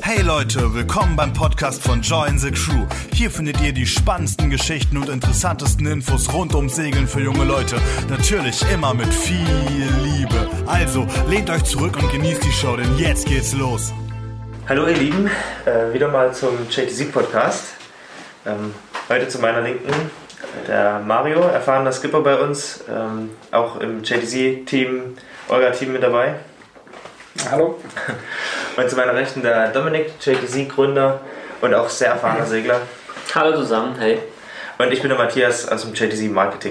Hey Leute, willkommen beim Podcast von Join the Crew. Hier findet ihr die spannendsten Geschichten und interessantesten Infos rund ums Segeln für junge Leute. Natürlich immer mit viel Liebe. Also, lehnt euch zurück und genießt die Show, denn jetzt geht's los. Hallo ihr Lieben, wieder mal zum JTC Podcast. Heute zu meiner Linken der Mario, erfahrener Skipper bei uns, auch im JTC-Team, Olga-Team mit dabei. Hallo. Und zu meiner Rechten der Dominik, JTC-Gründer und auch sehr erfahrener Segler. Hallo zusammen, hey. Und ich bin der Matthias aus dem JTC Marketing.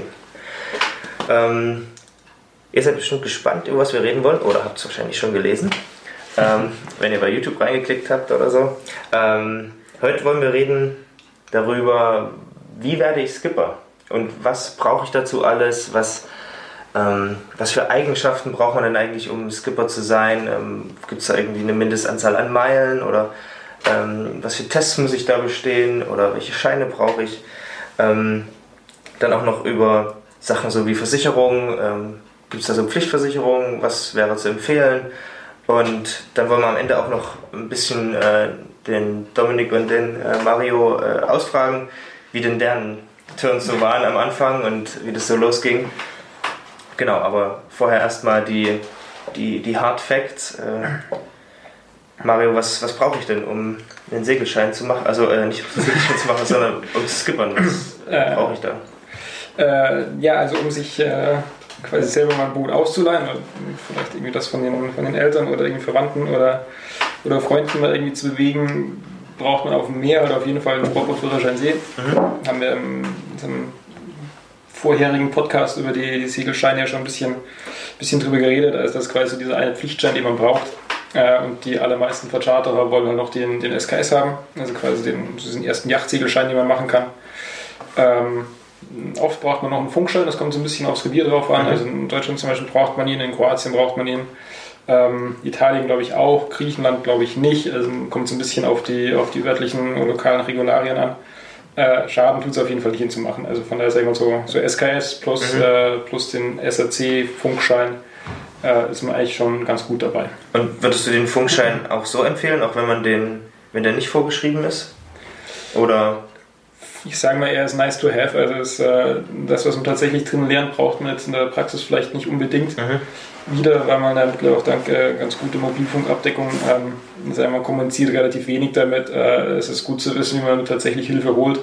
Ihr seid bestimmt gespannt, über was wir reden wollen, oder habt es wahrscheinlich schon gelesen, wenn ihr bei YouTube reingeklickt habt oder so. Heute wollen wir reden darüber, wie werde ich Skipper und was brauche ich dazu alles, was für Eigenschaften braucht man denn eigentlich, um Skipper zu sein? Gibt es da irgendwie eine Mindestanzahl an Meilen oder was für Tests muss ich da bestehen oder welche Scheine brauche ich? Dann auch noch über Sachen so wie Versicherungen. Gibt es da so Pflichtversicherungen? Was wäre zu empfehlen? Und dann wollen wir am Ende auch noch ein bisschen den Dominik und den Mario ausfragen, wie denn deren Turns so waren am Anfang und wie das so losging. Genau, aber vorher erstmal die Hard Facts. Mario, was brauche ich denn, um einen Segelschein zu machen? Also nicht um einen Segelschein zu machen, sondern um zu skippern. Was brauche ich da? Also um sich quasi selber mal ein Boot auszuleihen, oder vielleicht irgendwie das von den Eltern oder irgendwie Verwandten oder Freunden mal irgendwie zu bewegen, braucht man auf dem Meer oder auf jeden Fall einen Sportbootführerschein See. Haben wir in unserem vorherigen Podcast über die Segelscheine ja schon ein bisschen drüber geredet, als das quasi dieser eine Pflichtschein, den man braucht. Und die allermeisten Vercharterer wollen halt noch den SKS haben, also quasi diesen ersten Yachtsegelschein, den man machen kann. Oft braucht man noch einen Funkschein, das kommt so ein bisschen aufs Revier drauf an. Also in Deutschland zum Beispiel braucht man ihn, in Kroatien braucht man ihn. Italien glaube ich auch, Griechenland glaube ich nicht. Also kommt so ein bisschen auf die örtlichen und lokalen Regularien an. Schaden tut es auf jeden Fall nicht hinzumachen. Also von daher sagen wir so SKS plus den SAC-Funkschein ist man eigentlich schon ganz gut dabei. Und würdest du den Funkschein auch so empfehlen, auch wenn der nicht vorgeschrieben ist? Oder? Ich sage mal, er ist nice to have. Also das, was man tatsächlich drin lernt, braucht man jetzt in der Praxis vielleicht nicht unbedingt wieder, weil man auch dank ganz gute Mobilfunkabdeckung kommuniziert relativ wenig damit. Es ist gut zu wissen, wie man tatsächlich Hilfe holt.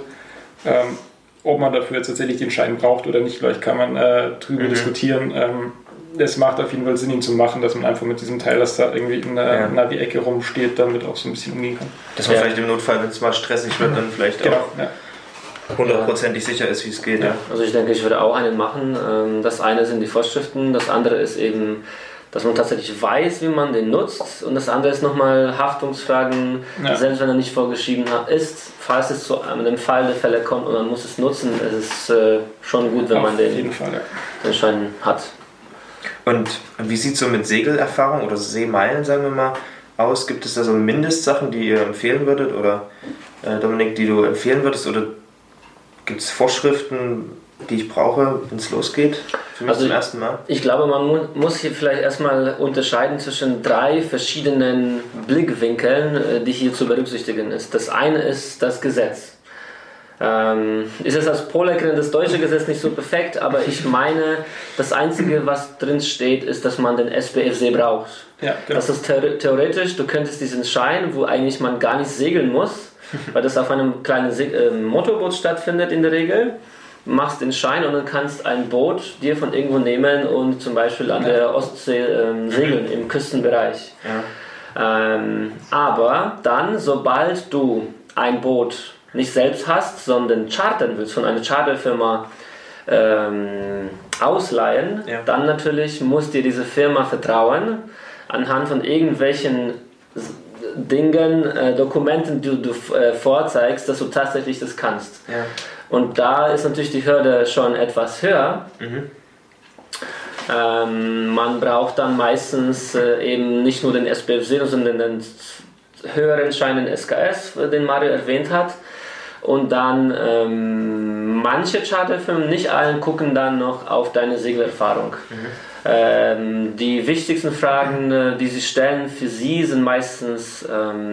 Ob man dafür jetzt tatsächlich den Schein braucht oder nicht, vielleicht kann man drüber diskutieren. Es macht auf jeden Fall Sinn, ihn zu machen, dass man einfach mit diesem Teil, das da irgendwie in der Navi-Ecke rumsteht, damit auch so ein bisschen umgehen kann. Dass man vielleicht im Notfall, wenn es mal stressig wird, dann vielleicht auch hundertprozentig sicher ist, wie es geht. Ja. Also ich denke, ich würde auch einen machen. Das eine sind die Vorschriften, das andere ist eben, dass man tatsächlich weiß, wie man den nutzt, und das andere ist nochmal Haftungsfragen, selbst wenn er nicht vorgeschrieben ist, falls es zu einem Fall der Fälle kommt und man muss es nutzen, ist es schon gut, wenn man den Schein hat. Und wie sieht es so mit Segelerfahrung oder Seemeilen, sagen wir mal, aus? Gibt es da so Mindestsachen, die ihr empfehlen würdet, oder Dominik, die du empfehlen würdest, oder gibt es Vorschriften, die ich brauche, wenn es losgeht? Für mich zum ersten Mal? Ich glaube, man muss hier vielleicht erstmal unterscheiden zwischen 3 verschiedenen Blickwinkeln, die hier zu berücksichtigen ist. Das eine ist das Gesetz. Ist es als Polackerin das deutsche Gesetz nicht so perfekt, aber ich meine, das Einzige, was drin steht, ist, dass man den SPFC braucht. Ja, genau. Das ist theoretisch, du könntest diesen Schein, wo eigentlich man gar nicht segeln muss, weil das auf einem kleinen Motorboot stattfindet in der Regel, machst den Schein und dann kannst ein Boot dir von irgendwo nehmen und zum Beispiel an der Ostsee segeln, im Küstenbereich. Ja. Aber dann, sobald du ein Boot nicht selbst hast, sondern chartern willst, von einer Charterfirma ausleihen, dann natürlich muss dir diese Firma vertrauen, anhand von irgendwelchen Dingen, Dokumenten, die du vorzeigst, dass du tatsächlich das kannst. Ja. Und da ist natürlich die Hürde schon etwas höher. Man braucht dann meistens eben nicht nur den SPFC, sondern den höheren Schein, den SKS, den Mario erwähnt hat. Und dann manche Charterfirmen, nicht allen, gucken dann noch auf deine Seglererfahrung. Die wichtigsten Fragen, die sie stellen für sie, sind meistens,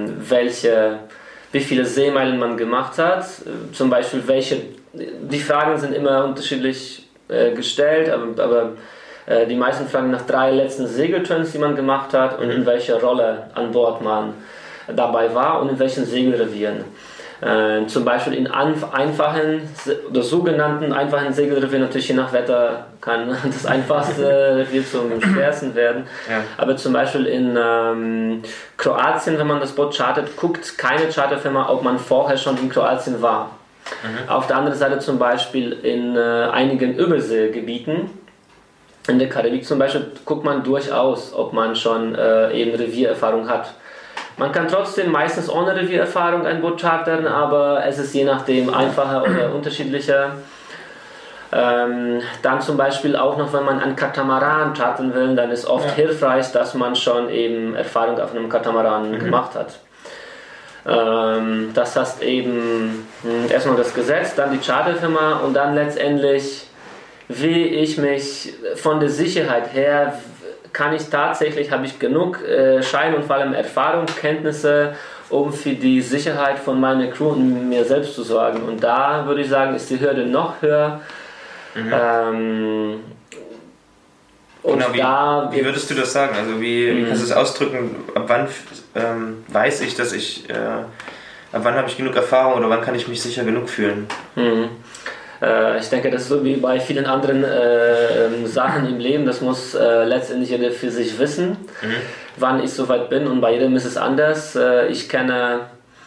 wie viele Seemeilen man gemacht hat. Zum Beispiel, die Fragen sind immer unterschiedlich gestellt, aber die meisten fragen nach 3 letzten Segelturns, die man gemacht hat und in welcher Rolle an Bord man dabei war und in welchen Segelrevieren. Zum Beispiel in einfachen oder sogenannten einfachen Segelrevieren, natürlich je nach Wetter kann das einfachste Revier zum schwersten werden. Ja. Aber zum Beispiel in Kroatien, wenn man das Boot chartert, guckt keine Charterfirma, ob man vorher schon in Kroatien war. Auf der anderen Seite zum Beispiel in einigen Überseegebieten, in der Karibik zum Beispiel, guckt man durchaus, ob man schon eben Reviererfahrung hat. Man kann trotzdem meistens ohne Reviererfahrung ein Boot chartern, aber es ist je nachdem einfacher oder unterschiedlicher. Dann zum Beispiel auch noch, wenn man einen Katamaran chartern will, dann ist oft hilfreich, dass man schon eben Erfahrung auf einem Katamaran gemacht hat. Das heißt eben erstmal das Gesetz, dann die Charterfirma und dann letztendlich, wie ich mich von der Sicherheit her, habe ich genug Schein und vor allem Erfahrung, Kenntnisse, um für die Sicherheit von meiner Crew und mir selbst zu sorgen. Und da würde ich sagen, ist die Hürde noch höher. Und genau, wie würdest du das sagen? Also wie kannst du es ausdrücken, ab wann weiß ich, dass ab wann habe ich genug Erfahrung oder wann kann ich mich sicher genug fühlen? Ich denke, das ist so wie bei vielen anderen Sachen im Leben, das muss letztendlich jeder für sich wissen, wann ich soweit bin, und bei jedem ist es anders. Ich kenne,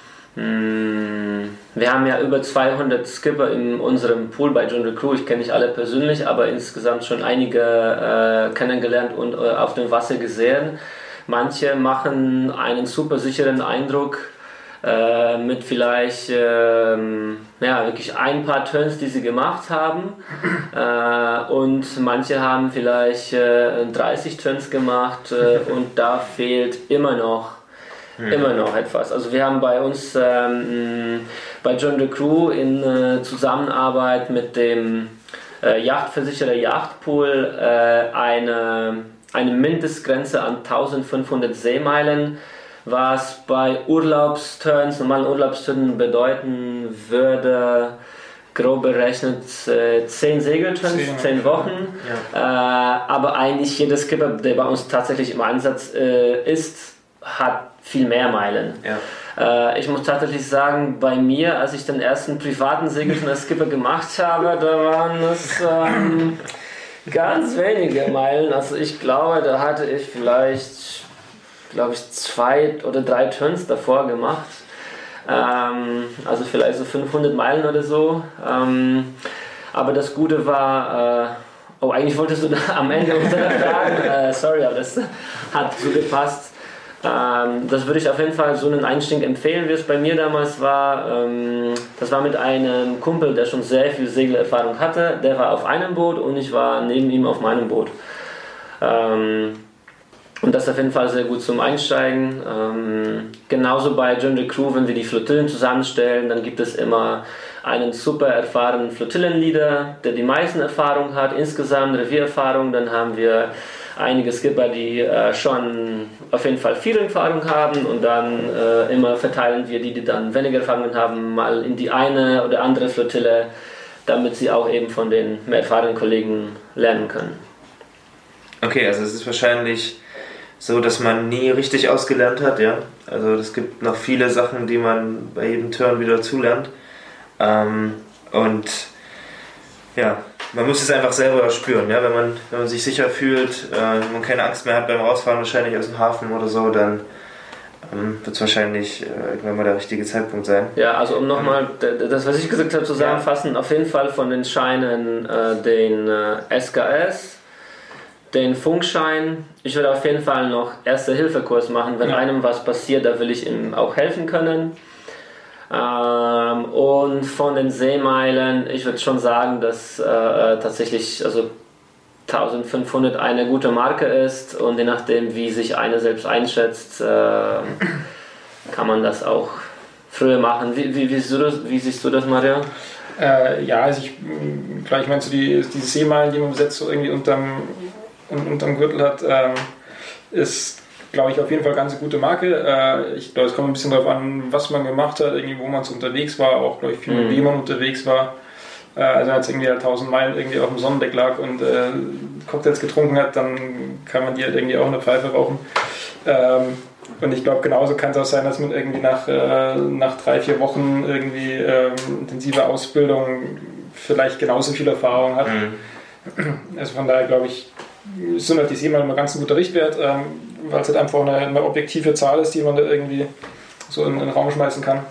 wir haben ja über 200 Skipper in unserem Pool bei John Crew, ich kenne nicht alle persönlich, aber insgesamt schon einige kennengelernt und auf dem Wasser gesehen. Manche machen einen super sicheren Eindruck, mit vielleicht wirklich ein paar Turns, die sie gemacht haben, und manche haben vielleicht 30 Turns gemacht und da fehlt immer noch etwas. Also wir haben bei uns bei John the Crew in Zusammenarbeit mit dem Yachtversicherer Yachtpool eine Mindestgrenze an 1500 Seemeilen, was bei normalen Urlaubsturns bedeuten würde, grob berechnet 10 Segelturns, 10 Wochen. Ja. Aber eigentlich jeder Skipper, der bei uns tatsächlich im Einsatz ist, hat viel mehr Meilen. Ja. Ich muss tatsächlich sagen, bei mir, als ich den ersten privaten Segelturn als Skipper gemacht habe, da waren es ganz wenige Meilen. Also ich glaube, da hatte ich vielleicht 2 oder 3 Turns davor gemacht, also vielleicht so 500 Meilen oder so, aber das Gute war, eigentlich wolltest du da am Ende unserer Fragen, sorry, aber das hat so gepasst. Das würde ich auf jeden Fall so einen Einstieg empfehlen, wie es bei mir damals war. Das war mit einem Kumpel, der schon sehr viel Segelerfahrung hatte, der war auf einem Boot und ich war neben ihm auf meinem Boot. Und das ist auf jeden Fall sehr gut zum Einsteigen. Genauso bei John the Crew, wenn wir die Flottillen zusammenstellen, dann gibt es immer einen super erfahrenen Flottillenleader, der die meisten Erfahrung hat, insgesamt Reviererfahrung. Dann haben wir einige Skipper, die schon auf jeden Fall viel Erfahrung haben, und dann immer verteilen wir die dann weniger Erfahrung haben, mal in die eine oder andere Flottille, damit sie auch eben von den mehr erfahrenen Kollegen lernen können. Okay, also es ist wahrscheinlich so, dass man nie richtig ausgelernt hat, ja. Also es gibt noch viele Sachen, die man bei jedem Turn wieder dazulernt. Und ja, man muss es einfach selber spüren, ja. Wenn man sich sicher fühlt, wenn man keine Angst mehr hat beim Rausfahren wahrscheinlich aus dem Hafen oder so, dann wird es wahrscheinlich irgendwann mal der richtige Zeitpunkt sein. Ja, also um nochmal das, was ich gesagt habe, zusammenfassen, auf jeden Fall von den Scheinen den SKS, den Funkschein. Ich würde auf jeden Fall noch Erste-Hilfe-Kurs machen, wenn einem was passiert, da will ich ihm auch helfen können. Und von den Seemeilen, ich würde schon sagen, dass tatsächlich 1500 eine gute Marke ist, und je nachdem, wie sich einer selbst einschätzt, kann man das auch früher machen. Wie siehst du das, Mario? Also vielleicht meinst du diese Seemeilen, die man setzt, so irgendwie unterm Gürtel hat, ist, glaube ich, auf jeden Fall ganz eine gute Marke. Ich glaube, es kommt ein bisschen darauf an, was man gemacht hat, irgendwie, wo man unterwegs war, auch, glaube ich, viel mit wem man unterwegs war. Also als irgendwie halt 1000 Meilen irgendwie auf dem Sonnendeck lag und Cocktails getrunken hat, dann kann man die halt irgendwie auch eine Pfeife rauchen. Und ich glaube, genauso kann es auch sein, dass man irgendwie nach 3-4 Wochen irgendwie intensive Ausbildung vielleicht genauso viel Erfahrung hat. Also von daher glaube ich, sind halt die SEMA immer ganz ein guter Richtwert, weil es halt einfach eine objektive Zahl ist, die man da irgendwie so in den Raum schmeißen kann.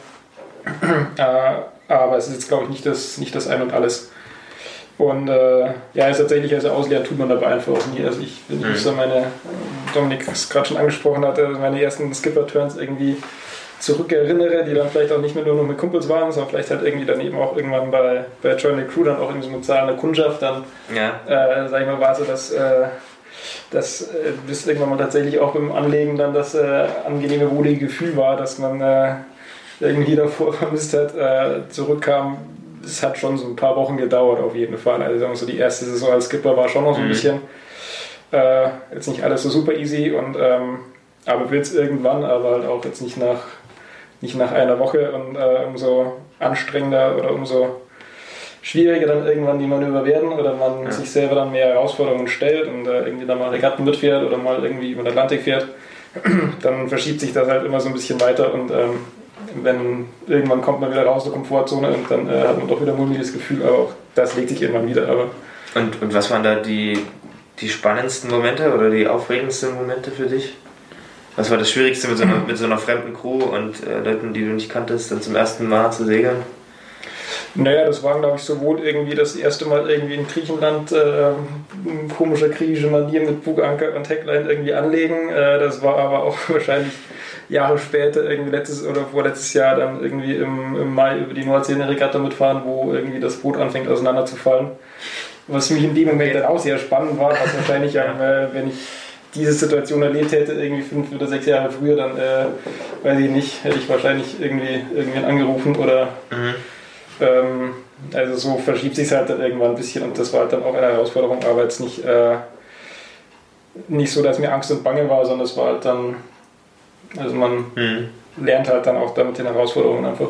Aber es ist jetzt, glaube ich, nicht das Ein und Alles. Und ja, ist tatsächlich, also ausleeren tut man dabei einfach auch nie. Also ich so Dominik es gerade schon angesprochen hatte, meine ersten Skipper-Turns irgendwie zurückerinnere, die dann vielleicht auch nicht mehr nur noch mit Kumpels waren, sondern vielleicht halt irgendwie dann eben auch irgendwann bei Join the Crew dann auch irgendwie so mit zahlender Kundschaft dann, sag ich mal, war so, dass bis irgendwann mal tatsächlich auch beim Anlegen dann das angenehme, wohlige Gefühl war, dass man irgendwie davor vermisst hat, zurückkam. Es hat schon so ein paar Wochen gedauert auf jeden Fall. Also sagen wir so, die erste Saison als Skipper war schon noch so ein bisschen jetzt nicht alles so super easy und aber wird es irgendwann, aber halt auch jetzt nicht nach einer Woche und umso anstrengender oder umso schwieriger dann irgendwann die Manöver werden oder man sich selber dann mehr Herausforderungen stellt und irgendwie dann mal Regatten mitfährt oder mal irgendwie über den Atlantik fährt, dann verschiebt sich das halt immer so ein bisschen weiter und wenn irgendwann kommt man wieder raus aus der Komfortzone und dann hat man doch wieder ein mulmiges Gefühl, aber auch das legt sich irgendwann wieder. Aber und was waren da die spannendsten Momente oder die aufregendsten Momente für dich? Was war das Schwierigste mit so einer fremden Crew und Leuten, die du nicht kanntest, dann zum ersten Mal zu segeln? Naja, das waren, glaube ich, sowohl irgendwie das erste Mal irgendwie in Griechenland komische griechische Manier mit Buganker und Heckline irgendwie anlegen. Das war aber auch wahrscheinlich Jahre später, irgendwie letztes oder vorletztes Jahr, dann irgendwie im Mai über die Nordsee eine Regatta mitfahren, wo irgendwie das Boot anfängt auseinanderzufallen. Was für mich in dem Moment dann auch sehr spannend war, was wahrscheinlich, wenn ich diese Situation erlebt hätte, irgendwie 5 oder 6 Jahre früher, dann weiß ich nicht, hätte ich wahrscheinlich irgendwen angerufen oder also so verschiebt sich es halt dann irgendwann ein bisschen und das war halt dann auch eine Herausforderung, aber jetzt nicht so, dass mir Angst und Bange war, sondern es war halt dann, also man lernt halt dann auch damit den Herausforderungen einfach.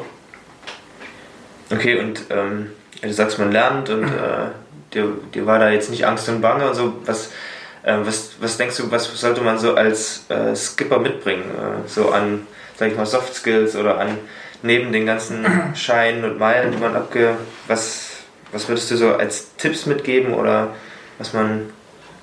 Okay, und du sagst, man lernt und dir war da jetzt nicht Angst und Bange und so, was denkst du, was sollte man so als Skipper mitbringen, so an, sag ich mal, Soft Skills oder an neben den ganzen Scheinen und Meilen, die man was würdest du so als Tipps mitgeben oder was man...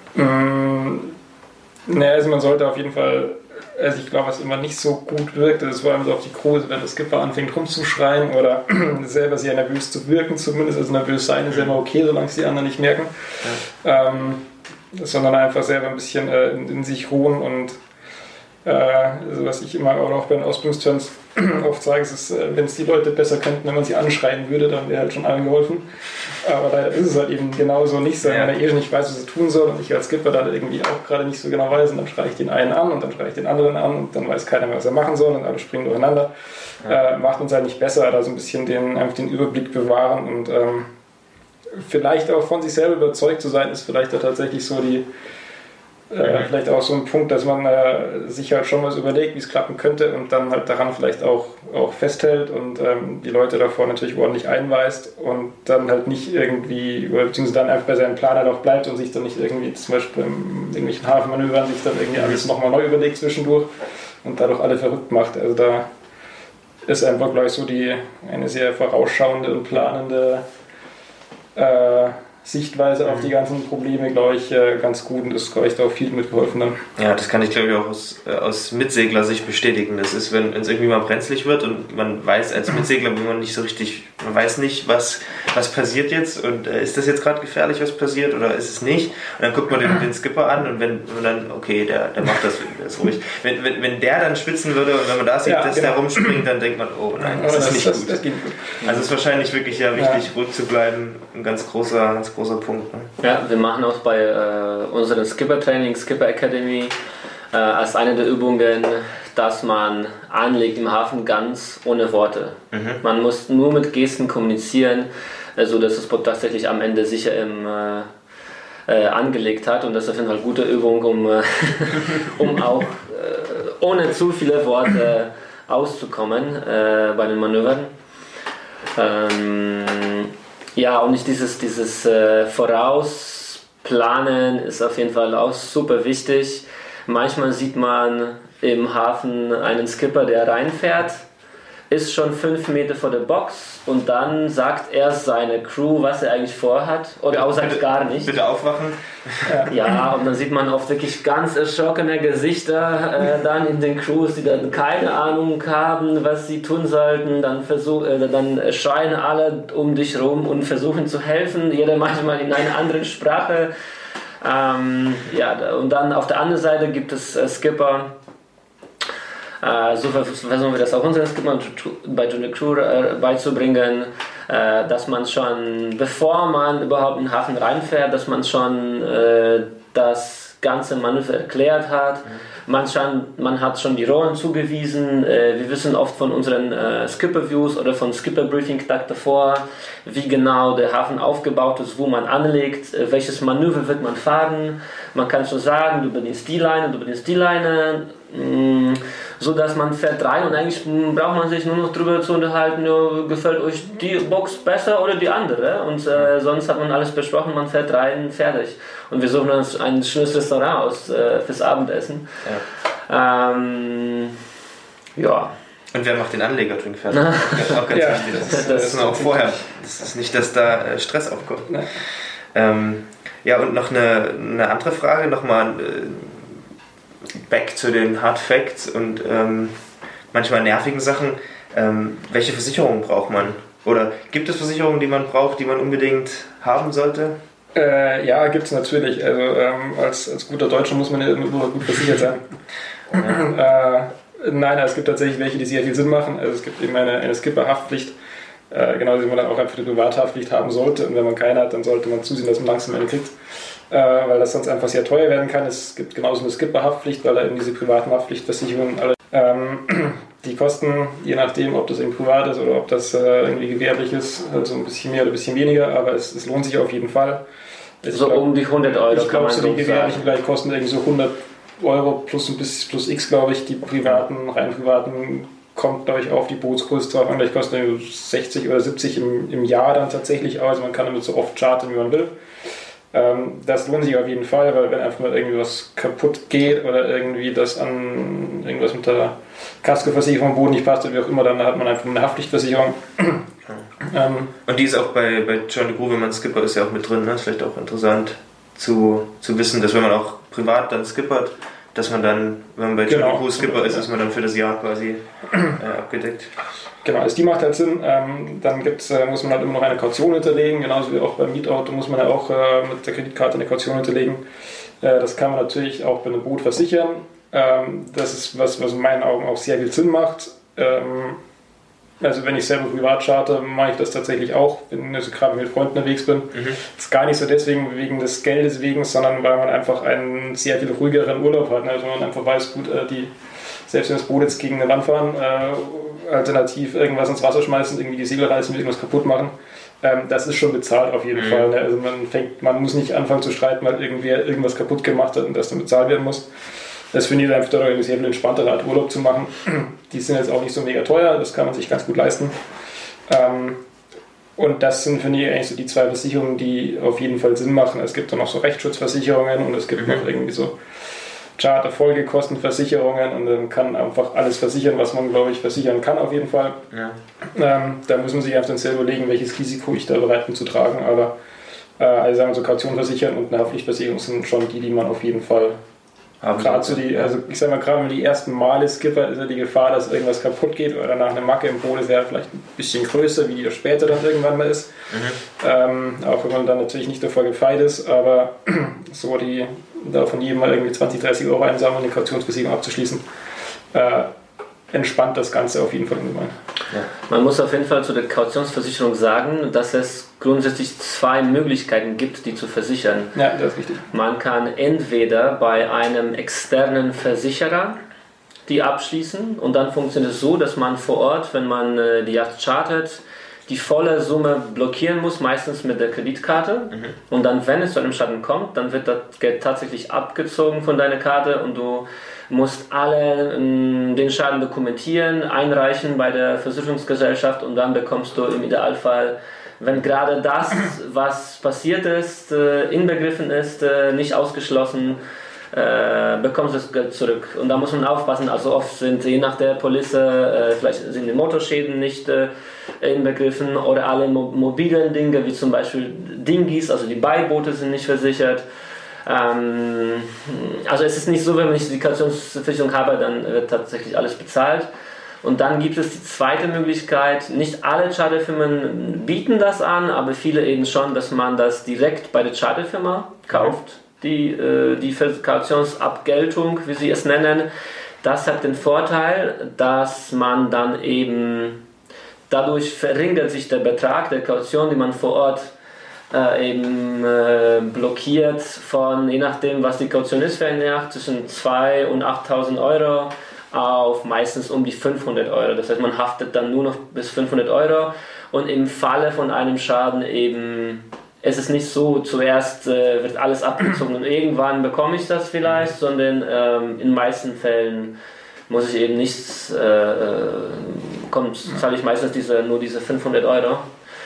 Naja, also man sollte auf jeden Fall, also ich glaube, was immer nicht so gut wirkt, das ist vor allem so auf die Crew, wenn der Skipper anfängt rumzuschreien oder selber sehr nervös zu wirken, zumindest, also nervös sein ist ja immer okay, solange es die anderen nicht merken, sondern einfach selber ein bisschen in sich ruhen und also was ich immer auch bei den Ausbildungsturns oft sage, ist, wenn es die Leute besser könnten, wenn man sie anschreien würde, dann wäre halt schon allen geholfen. Aber leider ist es halt eben genauso nicht so, wenn er nicht weiß, was er tun soll und ich als Skipper dann irgendwie auch gerade nicht so genau weiß und dann schreie ich den einen an und dann schreie ich den anderen an und dann weiß keiner mehr, was er machen soll und alle springen durcheinander. Macht uns halt nicht besser, da so ein bisschen einfach den Überblick bewahren und vielleicht auch von sich selber überzeugt zu sein, ist vielleicht auch tatsächlich so vielleicht auch so ein Punkt, dass man sich halt schon was überlegt, wie es klappen könnte und dann halt daran vielleicht auch festhält und die Leute davor natürlich ordentlich einweist und dann halt nicht irgendwie, beziehungsweise dann einfach bei seinem Plan halt auch bleibt und sich dann nicht irgendwie zum Beispiel in irgendwelchen Hafenmanövern sich dann irgendwie alles nochmal neu überlegt zwischendurch und dadurch alle verrückt macht. Also da ist einfach, glaube ich, so eine sehr vorausschauende und planende Sichtweise auf die ganzen Probleme, glaube ich, ganz gut und das ist, glaube ich, da auch viel mitgeholfen dann. Ja, das kann ich, glaube ich, auch aus Mitsegler-Sicht bestätigen. Das ist, wenn es irgendwie mal brenzlig wird und man weiß als Mitsegler, man weiß nicht, was passiert jetzt und ist das jetzt gerade gefährlich, was passiert oder ist es nicht? Und dann guckt man den Skipper an und wenn dann, okay, der macht das, der ist ruhig. Wenn der dann schwitzen würde und wenn man da sieht, dass der rumspringt, dann denkt man, oh nein, das ist nicht gut. Das geht gut. Also es ist wahrscheinlich wirklich wichtig, ruhig zu bleiben. Ein ganz großer Punkt. Ne? Ja, wir machen auch bei unserem Skipper-Training, Skipper Academy, als eine der Übungen, dass man anlegt im Hafen ganz ohne Worte. Man muss nur mit Gesten kommunizieren, sodass das Boot tatsächlich am Ende sicher angelegt hat. Und das ist auf jeden Fall eine gute Übung, um auch ohne zu viele Worte auszukommen bei den Manövern. Ja, und dieses Vorausplanen ist auf jeden Fall auch super wichtig. Manchmal sieht man im Hafen einen Skipper, der reinfährt, ist schon 5 Meter vor der Box und dann sagt erst seine Crew, was er eigentlich vorhat, oder auch sagt gar nicht. Bitte aufwachen. Ja, und dann sieht man oft wirklich ganz erschrockene Gesichter dann in den Crews, die dann keine Ahnung haben, was sie tun sollten. Dann schreien alle um dich rum und versuchen zu helfen, jeder manchmal in einer anderen Sprache. Ja, und dann auf der anderen Seite gibt es Skipper. So versuchen wir das auch unseren Skippern bei Junior Crew beizubringen, dass man schon, bevor man überhaupt in den Hafen reinfährt, dass man schon das ganze Manöver erklärt hat. Man hat schon die Rollen zugewiesen. Wir wissen oft von unseren Skipper-Views oder von Skipper-Briefing-Tag davor, wie genau der Hafen aufgebaut ist, wo man anlegt, welches Manöver wird man fahren. Man kann schon sagen, du bedienst die Leine, so dass man fährt rein und eigentlich braucht man sich nur noch darüber zu unterhalten, ja, gefällt euch die Box besser oder die andere, und sonst hat man alles besprochen, man fährt rein, fertig. Und wir suchen uns ein schönes Restaurant aus fürs Abendessen. Ja. Ja. Und wer macht den Anlegerdrink fertig? Das ist auch ganz wichtig. Das ist auch vorher. Das ist nicht, dass da Stress aufkommt. Ja, und noch eine andere Frage, nochmal back zu den Hard Facts und manchmal nervigen Sachen. Welche Versicherungen braucht man? Oder gibt es Versicherungen, die man braucht, die man unbedingt haben sollte? Ja, gibt es natürlich. Also als guter Deutscher muss man ja immer gut versichert sein. Nein, es gibt tatsächlich welche, die sehr viel Sinn machen. Also es gibt eben eine Skipper-Haftpflicht, genauso wie man dann auch einfach eine Privathaftpflicht haben sollte. Und wenn man keine hat, dann sollte man zusehen, dass man langsam eine kriegt, weil das sonst einfach sehr teuer werden kann. Es gibt genauso eine Skipper-Haftpflicht, weil da eben diese privaten Haftpflichtversicherungen alle die kosten, je nachdem, ob das eben privat ist oder ob das irgendwie gewerblich ist, also ein bisschen mehr oder ein bisschen weniger, aber es lohnt sich auf jeden Fall. Um die 100 Euro. Ich glaube, so die gewerblichen gleich kosten irgendwie so 100 Euro plus X, glaube ich. Die rein privaten kommt, glaube ich, auf die Bootskurs drauf an. Gleich kosten 60 oder 70 im Jahr dann tatsächlich aus. Also man kann damit so oft chartern, wie man will. Das lohnt sich auf jeden Fall, weil wenn einfach mal irgendwas kaputt geht oder irgendwie das an irgendwas mit der Kaskoversicherung am Boden nicht passt oder wie auch immer, dann hat man einfach eine Haftpflichtversicherung. Und die ist auch bei Join the Crew, wenn man Skipper ist, ja auch mit drin. Ne? Ist vielleicht auch interessant zu wissen, dass wenn man auch privat dann skippert, dass man dann, wenn man bei Join the Crew Skipper ist man dann für das Jahr quasi abgedeckt. Genau, also die macht halt Sinn. Dann muss man halt immer noch eine Kaution hinterlegen, genauso wie auch beim Mietauto muss man ja auch mit der Kreditkarte eine Kaution hinterlegen. Das kann man natürlich auch bei einem Boot versichern. Das ist was in meinen Augen auch sehr viel Sinn macht. Also wenn ich selber privat charte, mache ich das tatsächlich auch, gerade mit Freunden unterwegs bin. Das ist gar nicht so deswegen wegen des Geldes wegen, sondern weil man einfach einen sehr viel ruhigeren Urlaub hat. Also man einfach weiß, gut, selbst wenn das Boot jetzt gegen eine Wand fahren, alternativ irgendwas ins Wasser schmeißen, irgendwie die Segel reißen, irgendwas kaputt machen, das ist schon bezahlt auf jeden Fall. Ne? Also man muss nicht anfangen zu streiten, weil irgendwer irgendwas kaputt gemacht hat und das dann bezahlt werden muss. Das finde ich einfach eine sehr viel entspanntere Art, Urlaub zu machen. Die sind jetzt auch nicht so mega teuer, das kann man sich ganz gut leisten. Und das sind, finde ich, eigentlich so die zwei Versicherungen, die auf jeden Fall Sinn machen. Es gibt dann noch so Rechtsschutzversicherungen und es gibt noch irgendwie so Charter-Folgekostenversicherungen und dann kann einfach alles versichern, was man, glaube ich, versichern kann auf jeden Fall. Ja. Da muss man sich einfach dann selber überlegen, welches Risiko ich da bereit bin zu tragen. Aber also sagen wir so, Kaution versichern und eine Haftpflichtversicherung sind schon die man auf jeden Fall gerade so also ich sage mal, gerade wenn man die ersten Male skippert, ist ja die Gefahr, dass irgendwas kaputt geht oder nach einer Macke im Boot ist ja vielleicht ein bisschen größer, wie die später dann irgendwann mal ist. Auch wenn man dann natürlich nicht davor gefeit ist, aber so da von jedem mal irgendwie 20, 30 Euro einsammeln, eine Kautionsversicherung abzuschließen, entspannt das Ganze auf jeden Fall ungemein. Ja. Man muss auf jeden Fall zu der Kautionsversicherung sagen, dass es grundsätzlich 2 Möglichkeiten gibt, die zu versichern. Ja, das ist richtig. Man kann entweder bei einem externen Versicherer die abschließen und dann funktioniert es so, dass man vor Ort, wenn man die Yacht chartert, die volle Summe blockieren musst, meistens mit der Kreditkarte. Und dann, wenn es zu einem Schaden kommt, dann wird das Geld tatsächlich abgezogen von deiner Karte und du musst den Schaden dokumentieren, einreichen bei der Versicherungsgesellschaft und dann bekommst du im Idealfall, wenn gerade das, was passiert ist, inbegriffen ist, nicht ausgeschlossen, bekommst du das Geld zurück. Und da muss man aufpassen, also oft sind je nach der Police, vielleicht sind die Motorschäden nicht inbegriffen oder alle mobilen Dinge, wie zum Beispiel Dinghies, also die Beiboote sind nicht versichert. Also es ist nicht so, wenn ich die Kautionsversicherung habe, dann wird tatsächlich alles bezahlt. Und dann gibt es die zweite Möglichkeit, nicht alle Charterfirmen bieten das an, aber viele eben schon, dass man das direkt bei der Charterfirma kauft, die Kautionsabgeltung, wie sie es nennen. Das hat den Vorteil, dass man dann eben, dadurch verringert sich der Betrag der Kaution, die man vor Ort blockiert von, je nachdem was die Kaution ist für eine Yacht, zwischen 2.000 und 8.000 Euro auf meistens um die 500 Euro. Das heißt, man haftet dann nur noch bis 500 Euro und im Falle von einem Schaden eben, es ist nicht so, zuerst wird alles abgezogen und irgendwann bekomme ich das vielleicht, sondern in den meisten Fällen muss ich eben nichts, zahle ich meistens nur diese 500 Euro.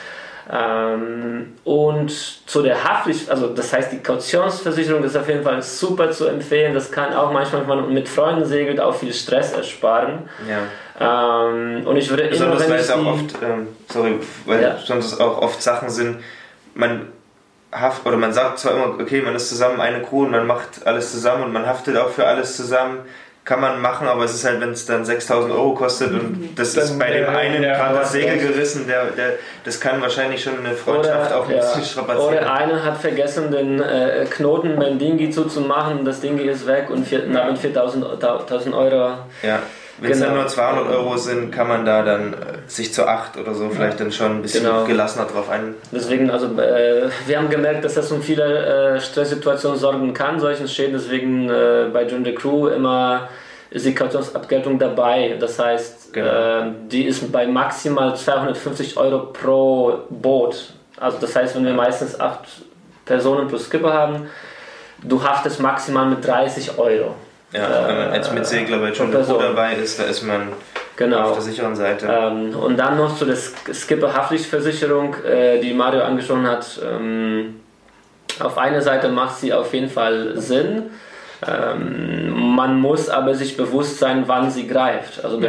Und zu der Haftpflicht, also das heißt die Kautionsversicherung ist auf jeden Fall super zu empfehlen. Das kann auch manchmal, wenn man mit Freunden segelt, auch viel Stress ersparen. Ja. Und ich würde besonders weil es auch oft, sonst auch oft Sachen sind, man sagt zwar immer, okay, man ist zusammen eine Crew und man macht alles zusammen und man haftet auch für alles zusammen. Kann man machen, aber es ist halt, wenn es dann 6.000 Euro kostet und das ist bei dem einen gerade das Segel gerissen, das kann wahrscheinlich schon eine Freundschaft auch ein bisschen strapazieren. Oder einer hat vergessen, den Knoten beim Dingi zuzumachen, das Dingi ist weg und damit 4.000 Euro. Ja, wenn es dann nur 200 Euro sind, kann man da dann sich zu 8 oder so vielleicht dann schon ein bisschen gelassener drauf ein. Deswegen, also wir haben gemerkt, dass das um viele Stresssituationen sorgen kann, solchen Schäden, deswegen bei John the Crew immer ist die Kautionsabgeltung dabei. Das heißt, die ist bei maximal 250 Euro pro Boot. Also das heißt, wenn wir meistens 8 Personen plus Skipper haben, du haftest maximal mit 30 Euro. Ja, wenn man als Mitsegler bei John the Crew dabei ist, da ist man auf der sicheren Seite. Und dann noch zu der Skipper-Haftpflichtversicherung, die Mario angesprochen hat. Auf einer Seite macht sie auf jeden Fall Sinn. Man muss aber sich bewusst sein, wann sie greift. Also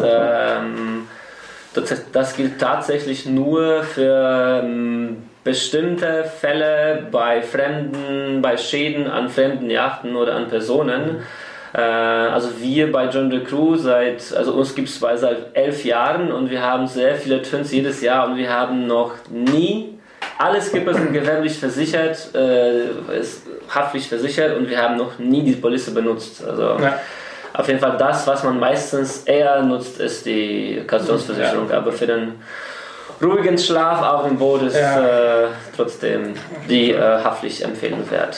das gilt tatsächlich nur für bestimmte Fälle bei Schäden an fremden Yachten oder an Personen. Also wir bei John the Crew uns gibt es seit 11 Jahren und wir haben sehr viele Twins jedes Jahr und wir haben noch nie, alle Skipper sind gewerblich versichert, haftpflicht versichert und wir haben noch nie die Police benutzt. Also auf jeden Fall das, was man meistens eher nutzt, ist die Kautionsversicherung, aber für den ruhigen Schlaf auf dem Boot ist trotzdem die Haftpflicht empfehlenswert.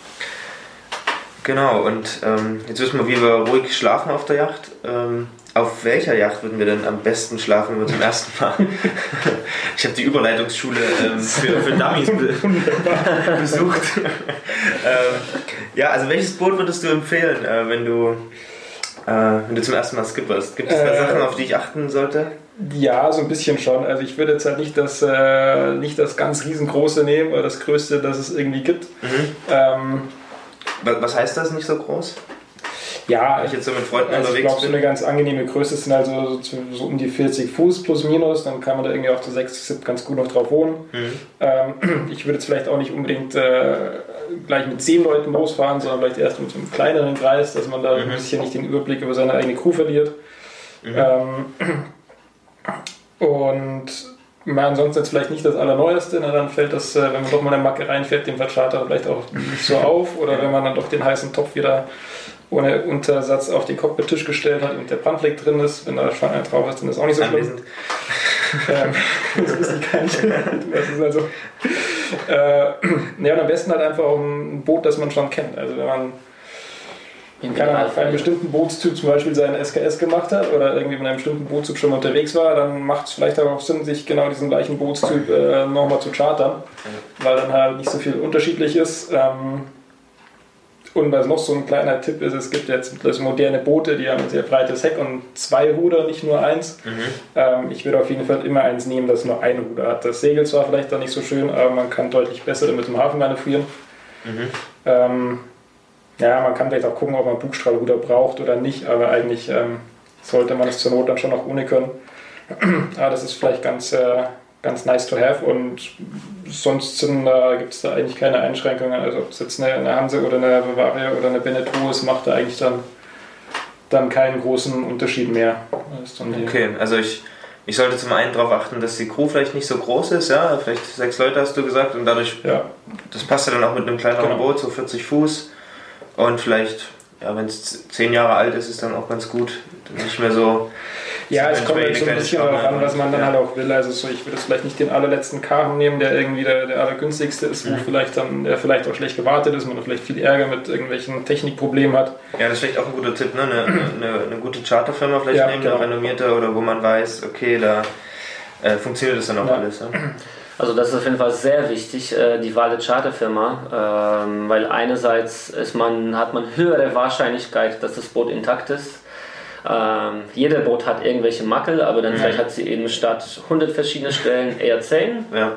Genau, und jetzt wissen wir, wie wir ruhig schlafen auf der Yacht. Auf welcher Yacht würden wir denn am besten schlafen, wenn wir zum ersten Mal? Ich habe die Überleitungsschule für Dummies besucht. Also welches Boot würdest du empfehlen, wenn du zum ersten Mal skipperst? Gibt es da Sachen, auf die ich achten sollte? Ja, so ein bisschen schon. Also ich würde jetzt halt nicht das ganz riesengroße nehmen oder das größte, das es irgendwie gibt. Was heißt das, nicht so groß? Ja, wenn ich jetzt so mit Freunden unterwegs bin. Ich glaube, so eine ganz angenehme Größe sind also so um die 40 Fuß plus minus, dann kann man da irgendwie auch zu 6 ganz gut noch drauf wohnen. Ich würde jetzt vielleicht auch nicht unbedingt gleich mit 10 Leuten losfahren, sondern vielleicht erst mit einem kleineren Kreis, dass man da ein bisschen nicht den Überblick über seine eigene Crew verliert. Und ansonsten jetzt vielleicht nicht das Allerneueste, dann fällt das, wenn man doch mal eine Macke reinfährt, dem Charter vielleicht auch nicht so auf, oder wenn man dann doch den heißen Topf wieder ohne Untersatz auf den Cockpit-Tisch gestellt hat und der Brandfleck drin ist, wenn da schon einer drauf ist, dann ist auch nicht so schlimm. Das wissen keine. Das ist also und am besten halt einfach ein Boot, das man schon kennt. Also wenn man Wenn man auf einem bestimmten Bootstyp zum Beispiel seinen SKS gemacht hat oder irgendwie mit einem bestimmten Bootstyp schon unterwegs war, dann macht es vielleicht auch Sinn, sich genau diesen gleichen Bootstyp nochmal zu chartern, weil dann halt nicht so viel unterschiedlich ist. Und was noch so ein kleiner Tipp ist, es gibt jetzt moderne Boote, die haben ein sehr breites Heck und 2 Ruder, nicht nur 1. Ich würde auf jeden Fall immer eins nehmen, das nur ein Ruder hat. Das Segel zwar vielleicht dann nicht so schön, aber man kann deutlich besser damit im Hafen manövrieren. Ja, man kann vielleicht auch gucken, ob man Bugstrahlruder braucht oder nicht, aber eigentlich sollte man es zur Not dann schon auch ohne können. Aber das ist vielleicht ganz nice to have und sonst gibt es da eigentlich keine Einschränkungen. Also ob es jetzt eine Hanse oder eine Bavaria oder eine Beneteau ist, macht da eigentlich dann keinen großen Unterschied mehr. Okay, also ich sollte zum einen darauf achten, dass die Crew vielleicht nicht so groß ist, ja, vielleicht 6 Leute hast du gesagt und dadurch, das passt ja dann auch mit einem kleineren Boot, so 40 Fuß. Und vielleicht, ja, wenn es 10 Jahre alt ist, ist dann auch ganz gut. Nicht mehr so. Ja, es kommt jetzt so ein bisschen darauf an, was man dann halt auch will. Also ich würde jetzt vielleicht nicht den allerletzten Karren nehmen, der irgendwie der allergünstigste ist, wo der vielleicht auch schlecht gewartet ist, man vielleicht viel Ärger mit irgendwelchen Technikproblemen hat. Ja, das ist vielleicht auch ein guter Tipp, ne? Eine gute Charterfirma vielleicht nehmen, eine renommierte oder wo man weiß, okay, da funktioniert das dann auch alles. Ja? Also das ist auf jeden Fall sehr wichtig, die Wahl der Charterfirma, weil einerseits hat man höhere Wahrscheinlichkeit, dass das Boot intakt ist. Jeder Boot hat irgendwelche Makel, aber dann vielleicht hat sie eben statt 100 verschiedene Stellen eher 10. Ja.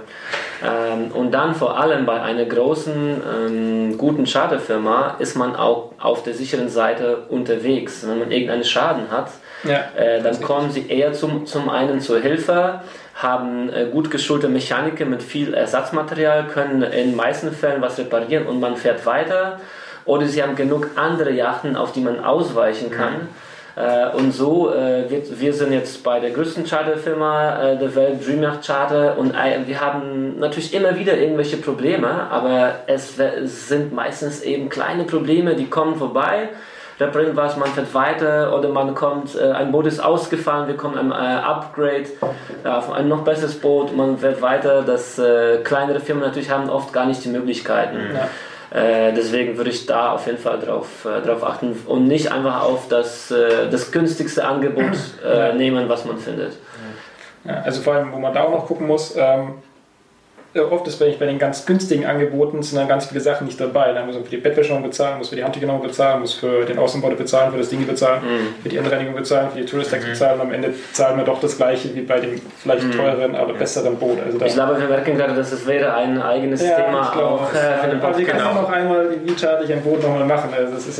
Und dann vor allem bei einer großen, guten Charterfirma ist man auch auf der sicheren Seite unterwegs. Wenn man irgendeinen Schaden hat, dann kommen sie eher zum einen zur Hilfe, haben gut geschulte Mechaniker mit viel Ersatzmaterial, können in den meisten Fällen was reparieren und man fährt weiter. Oder sie haben genug andere Yachten, auf die man ausweichen kann. Und so, wir sind jetzt bei der größten Charterfirma der Welt, Dream Yacht Charter, und wir haben natürlich immer wieder irgendwelche Probleme, aber es sind meistens eben kleine Probleme, die kommen vorbei. Da bringt was, man fährt weiter oder man kommt, ein Boot ist ausgefallen, wir kommen ein Upgrade auf ein noch besseres Boot, man fährt weiter. Kleinere Firmen natürlich haben oft gar nicht die Möglichkeiten. Deswegen würde ich da auf jeden Fall drauf achten und nicht einfach auf das günstigste Angebot nehmen, was man findet. Ja, also vor allem, wo man da auch noch gucken muss, oft ist bei den ganz günstigen Angeboten sind dann ganz viele Sachen nicht dabei. Da muss man für die Bettwäsche bezahlen, muss für die Handtücher bezahlen, muss für den Außenbord bezahlen, für das Ding bezahlen, für die Innenreinigung bezahlen, für die Tourist Tax bezahlen. Und am Ende zahlen wir doch das Gleiche wie bei dem vielleicht teureren, aber besseren Boot. Also ich glaube, wir merken gerade, dass es wäre ein eigenes Thema auch für den Podcast. Also wir können noch einmal, wie charter ich ein Boot nochmal machen. Also das ist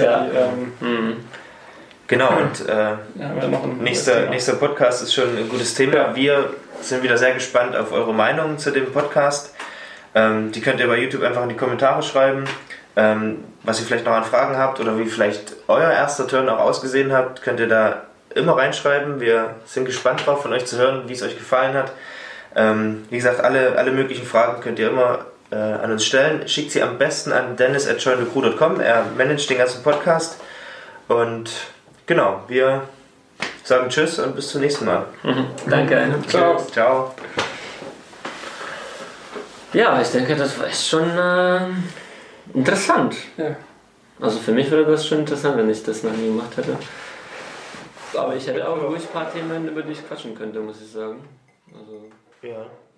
Genau, und nächster Podcast ist schon ein gutes Thema. Wir sind wieder sehr gespannt auf eure Meinung zu dem Podcast. Die könnt ihr bei YouTube einfach in die Kommentare schreiben, was ihr vielleicht noch an Fragen habt oder wie vielleicht euer erster Turn auch ausgesehen hat, könnt ihr da immer reinschreiben. Wir sind gespannt drauf, von euch zu hören, wie es euch gefallen hat. Wie gesagt, alle möglichen Fragen könnt ihr immer an uns stellen. Schickt sie am besten an dennis@jointhecrew.com. Er managt den ganzen Podcast. Und genau, wir sagen Tschüss und bis zum nächsten Mal. Danke. Ciao. Ciao. Ja, ich denke, das war echt schon interessant. Ja. Also für mich wäre das schon interessant, wenn ich das noch nie gemacht hätte. Aber ich hätte auch ruhig ein paar Themen, über die ich quatschen könnte, muss ich sagen. Also, ja.